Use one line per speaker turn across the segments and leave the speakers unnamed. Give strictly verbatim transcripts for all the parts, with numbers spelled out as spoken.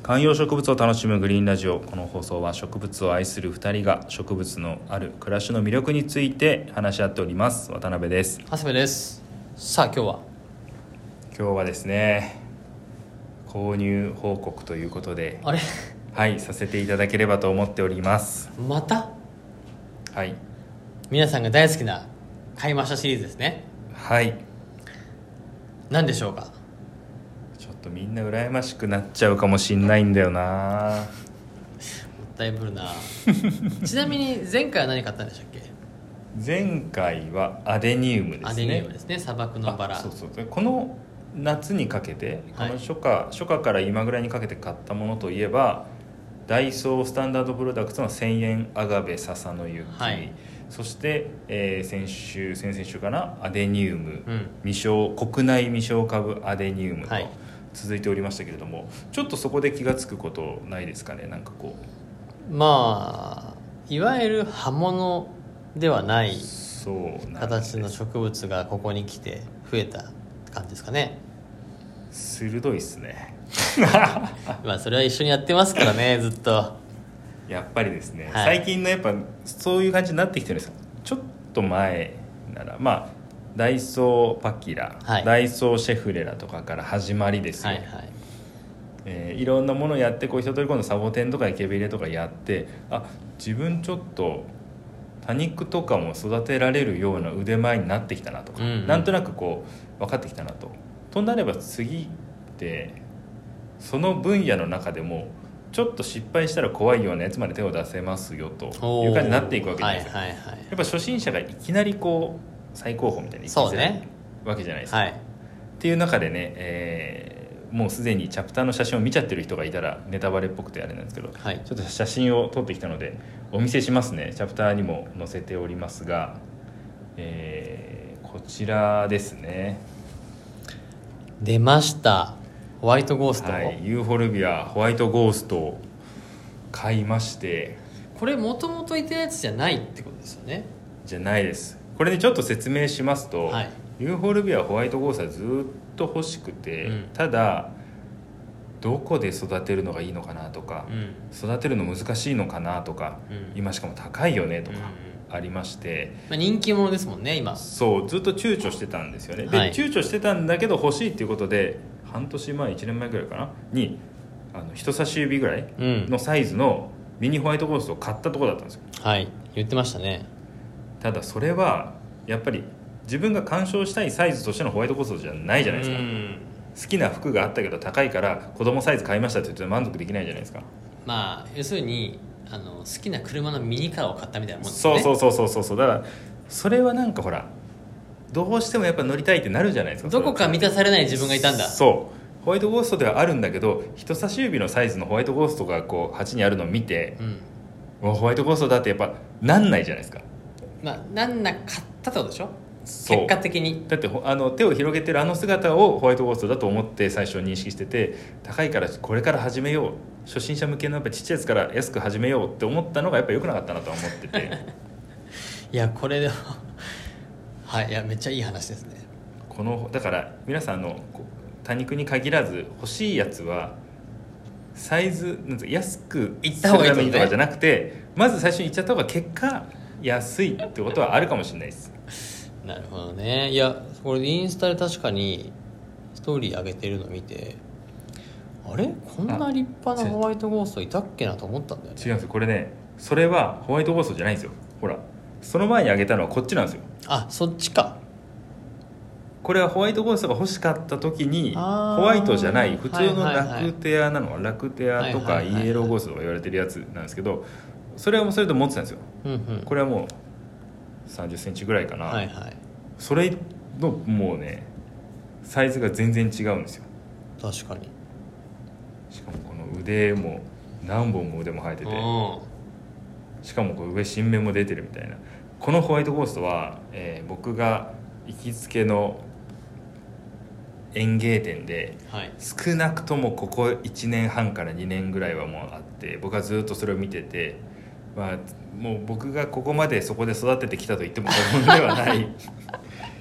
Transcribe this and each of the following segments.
観葉植物を楽しむグリーンラジオ。この放送は植物を愛するふたりが植物のある暮らしの魅力について話し合っております。渡辺です。
長谷部です。さあ今日は
今日はですね、購入報告ということで
あれ
はいさせていただければと思っております。
また
はい
皆さんが大好きな買いましたシリーズですね。
はい
何でしょうか。
ちょっとみんな羨ましくなっちゃうかもしんないんだよな。
もったいぶるなちなみに前回は何買ったんでしたっけ。
前回はアデニウムですね。
アデニウムですね。砂漠のバラ。
そうそう。この夏にかけて、この初夏、はい、初夏から今ぐらいにかけて買ったものといえば、ダイソースタンダードプロダクツのせんえんアガベ笹の雪、はい、そして、えー、先週先々週かなアデニウム、うん、未生国内未生株アデニウムと続いておりましたけれども、はい、ちょっとそこで気がつくことないですかね。なんかこ
うまあいわゆる葉物ではない形の植物がここに来て増えた感じですかね。
鋭いっすね
まあそれは一緒にやってますからねずっと。
やっぱりですね、
はい、
最近のやっぱそういう感じになってきてるんですよ。ちょっと前ならまあダイソーパキラ、はい、ダイソーシェフレラとかから始まりですよ、はいはいえー、いろんなものをやってこう一通り今度サボテンとかイケビレとかやって、あ自分ちょっと多肉とかも育てられるような腕前になってきたなとか、うんうん、なんとなくこう分かってきたなととなれば、次ってその分野の中でもちょっと失敗したら怖いようなやつまで手を出せますよという感じになっていくわけですよ、はいはいはい、やっぱ初心者がいきなりこう最高峰みたいにいきづらいわけじゃないですか、はい、っていう中でね、えー、もうすでにチャプターの写真を見ちゃってる人がいたらネタバレっぽくてあれなんですけど、はい、ちょっと写真を撮ってきたのでお見せしますね。チャプターにも載せておりますが、えー、こちらですね。
出ました、ホワイトゴースト、
はい、ユーフォルビアホワイトゴーストを買いまして。
これもともといたやつじゃないってことですよね。
じゃないです。これでちょっと説明しますと、はい、ユーフォルビアホワイトゴーストはずっと欲しくて、うん、ただどこで育てるのがいいのかなとか、うん、育てるの難しいのかなとか、うん、今しかも高いよねとかありまして、
まあ、人気者ですもんね今。
そうずっと躊躇してたんですよね。で、はい、躊躇してたんだけど欲しいっていうことで半年前いちねんまえぐらいかなにあの人差し指ぐらいのサイズのミニホワイトゴーストを買ったところだったんですよ、
うん、はい言ってましたね。
ただそれはやっぱり自分が鑑賞したいサイズとしてのホワイトゴーストじゃないじゃないですか。うん好きな服があったけど高いから子供サイズ買いましたって言って満足できないじゃないですか。
まあ要するにあの好きな車のミニカーを買ったみたいなもんですね。
そうそうそうそうそう。だからそれはなんかほらどうしてもやっぱ乗りたいってなるじゃないですか。
どこか満たされない自分がいたんだ。
そうホワイトゴーストではあるんだけど人差し指のサイズのホワイトゴーストがこう鉢にあるのを見て、うん、ホワイトゴーストだってやっぱなんないじゃないですか。
まあなんなかったってことでしょ。結果的に
だってあの手を広げてるあの姿をホワイトゴーストだと思って最初認識してて、高いからこれから始めよう、初心者向けのやっぱちっちゃいやつから安く始めようって思ったのがやっぱ良くなかったなとは思ってて
いやこれでもはい、いやめっちゃいい話ですね。
このだから皆さんの多肉に限らず欲しいやつはサイズなんか安く
いった方がいいとか
じゃなくて、まず最初にいっちゃった方が結果安いってことはあるかもしれないです。
なるほどね。いやこれインスタで確かにストーリー上げてるの見て、あれこんな立派なホワイトゴーストいたっけなと思ったんだよね。
違うんですよこれね。それはホワイトゴーストじゃないんですよ。ほらその前に上げたのはこっちなんですよ。
あそっちか。
これはホワイトゴーストが欲しかった時にホワイトじゃない普通のラクテアなのは、はいはいはい、ラクテアとかイエローゴーストとか言われてるやつなんですけど、それはもうそれと持ってたんですよ、うんうん、これはもうさんじゅっセンチぐらいかな、はいはい、それのもうねサイズが全然違うんですよ。
確かに。
しかもこの腕も何本も腕も生えてて、しかもこう上新芽も出てるみたいな。このホワイトゴーストは、えー、僕が行きつけの園芸店で、はい、少なくともここいちねんはんからにねんぐらいはもうあって、僕はずっとそれを見てて、まあ、もう僕がここまでそこで育ててきたと言っても過言ではない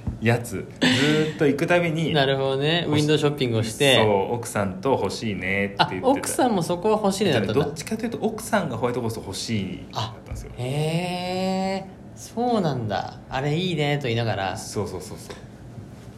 やつずーっと行くたびに
なるほどね、ウィンドウショッピングをして、
そう奥さんと欲しいねって言ってた。
あ、奥さんもそこは欲しいねだったんだ。
どっちかというと奥さんがホワイトゴースト欲しいだったんですよ。
へえ、そうなんだ。あれいいねと言いながら、
そうそうそうそう、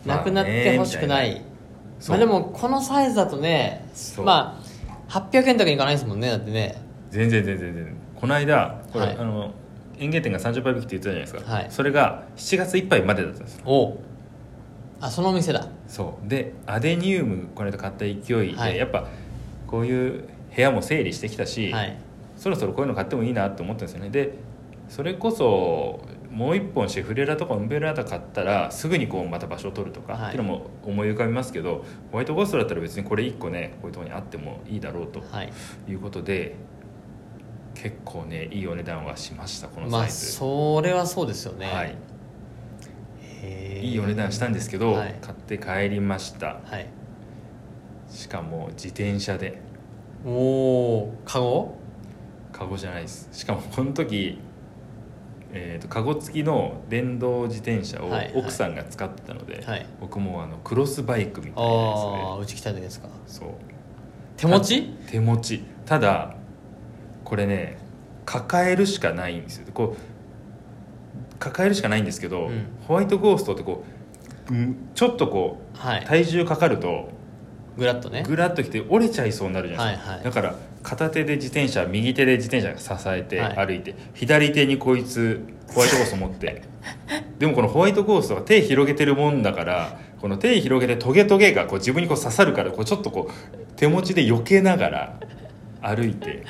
なくなってほしくない。まあ、ね、まあ、でもこのサイズだとね、まあはっぴゃくえんとかいかないですもんね、だってね。
全然全然全然。この間これ、はい、あの園芸店がさんじゅっパー引きって言ってたじゃないですか、はい、それがしちがついっぱいまでだったんですよ。
おあ、そのお店だ。
そうで、アデニウムこの間買った勢いで、はい、やっぱこういう部屋も整理してきたし、はい、そろそろこういうの買ってもいいなと思ったんですよね。でそれこそもう一本シェフレラとかウンベラータ買ったらすぐにこうまた場所を取るとか、はい、っていうのも思い浮かびますけど、ホワイトゴーストだったら別にこれいっこねこういうところにあってもいいだろうということで、はい、結構ねいいお値段はしました、このサイズ。まあ
それはそうですよね、はい、
へいいお値段したんですけど、はい、買って帰りました、はい、しかも自転車で。
おお、カゴ
カゴじゃないです。しかもこの時えー、とカゴ付きの電動自転車を奥さんが使ってたので、はいはい、僕もあのクロスバイクみたいなやつで、
あうち来たんですか。
そう
手持ち
手持ち。ただこれね抱えるしかないんですよ。こう抱えるしかないんですけど、うん、ホワイトゴーストってこう、うん、ちょっとこう、はい、体重かかると
グラッとね
グラッときて折れちゃいそうになるじゃないですか、はいはい、だから片手で自転車右手で自転車支えて歩いて、はい、左手にこいつホワイトゴースト持ってでもこのホワイトゴーストが手広げてるもんだから、この手広げてトゲトゲがこう自分にこう刺さるから、こうちょっとこう手持ちで避けながら歩いて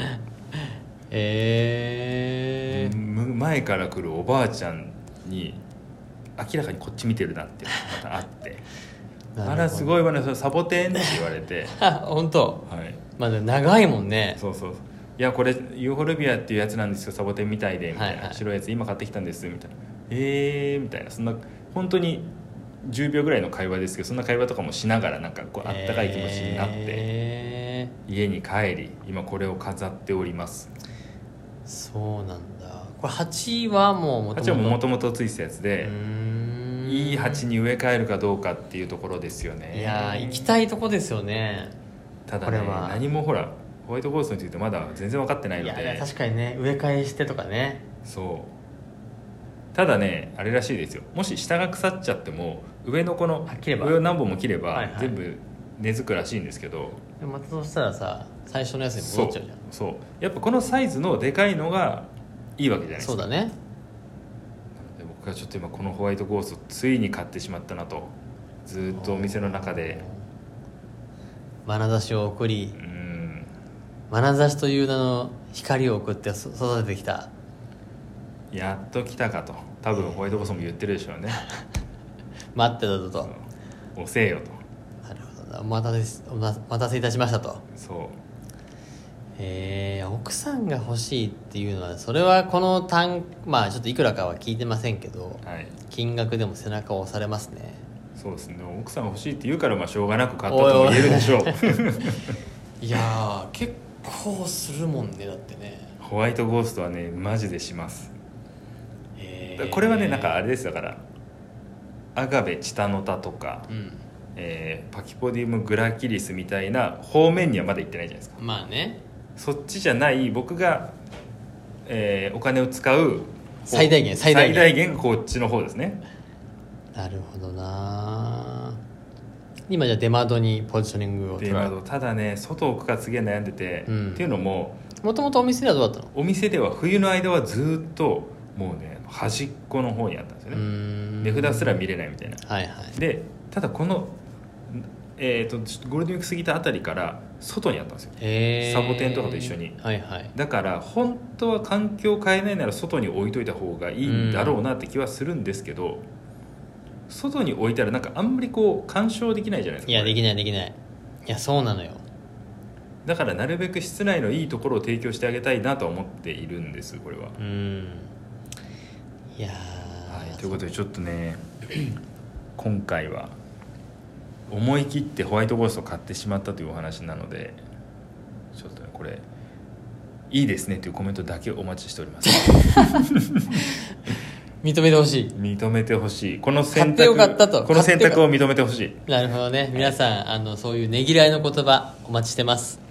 えー、
前から来るおばあちゃんに明らかにこっち見てるなってまたあってあらすごいわねそれサボテンって言われて
本当、
はい、
まだ長いもんね。
そうそう、いやこれユーフォルビアっていうやつなんですよ、サボテンみたいでみたいな、はいはい、白いやつ今買ってきたんですみたいな、えーみたいな、そんな本当にじゅうびょうぐらいの会話ですけど、そんな会話とかもしながらなんかこうあったかい気持ちになって、えー、家に帰り今これを飾っております。
そうなんだ。これ鉢はもう元々
鉢はもともとついてたやつで、うーんいい鉢に植え替えるかどうかっていうところですよね。
いや行きたいとこですよね。
ただね何もほらホワイトゴーストについてまだ全然分かってないので。
いや確かにね、植え替えしてとかね。
そうただねあれらしいですよ、もし下が腐っちゃっても上のこの上を何本も切れば全部根付くらしいんですけど、はいはい、
でもまたそうしたらさ最初のやつに戻っちゃうじゃん。
そうそうやっぱこのサイズのでかいのがいいわけじゃないですか。
そうだね。
で僕はちょっと今このホワイトゴーストついに買ってしまったなと、ずっとお店の中で
眼差しを送り、うん眼差しという名の光を送って育ててきた。
やっと来たかと多分ホワイトゴーストも言ってるでしょうね
待ってたぞと、
遅せよと。
なるほど、お待たせお待たせいたしましたと。
そう
えー、奥さんが欲しいっていうのはそれはこの単まあちょっといくらかは聞いてませんけど、はい、金額でも背中を押されますね。
そうですね、奥さんが欲しいって言うからまあしょうがなく買ったとも言えるでしょう
いやー結構するもんね。だってね
ホワイトゴーストはねマジでします。これはねなんかあれですだからアガベチタノタとか、うんえー、パキポディウムグラキリスみたいな方面にはまだ行ってないじゃないですか。
まあね、
そっちじゃない僕が、えー、お金を使う
最大限最大限
最大限こっちの方ですね。
なるほどな。今じゃあ出窓にポジショニングを取る。出窓
ただね外置くかすげえ悩んでて、うん、っていうのも
もともとお店ではどうだったの。
お店では冬の間はずっともうね端っこの方にあったんですよね。値札すら見れないみたいな、はいはい、でただこの、えー、とゴールデンウィーク過ぎたあたりから外にあったんですよ、サボテンとかと一緒に、はいはい、だから本当は環境を変えないなら外に置いといた方がいいんだろうなって気はするんですけど、外に置いたらなんかあんまりこう鑑賞できないじゃないですか。
いやできないできない。いやそうなのよ。
だからなるべく室内のいいところを提供してあげたいなと思っているんですこれは。うんいや、はい、ということでちょっとね今回は思い切ってホワイトゴーストを買ってしまったというお話なので、ちょっとねこれいいですねというコメントだけお待ちしております
認めてほしい
認めてほしいこの選択
買ってよかったと
この選択を認めてほしい。
なるほどね、皆さんあのそういうねぎらいの言葉お待ちしてます。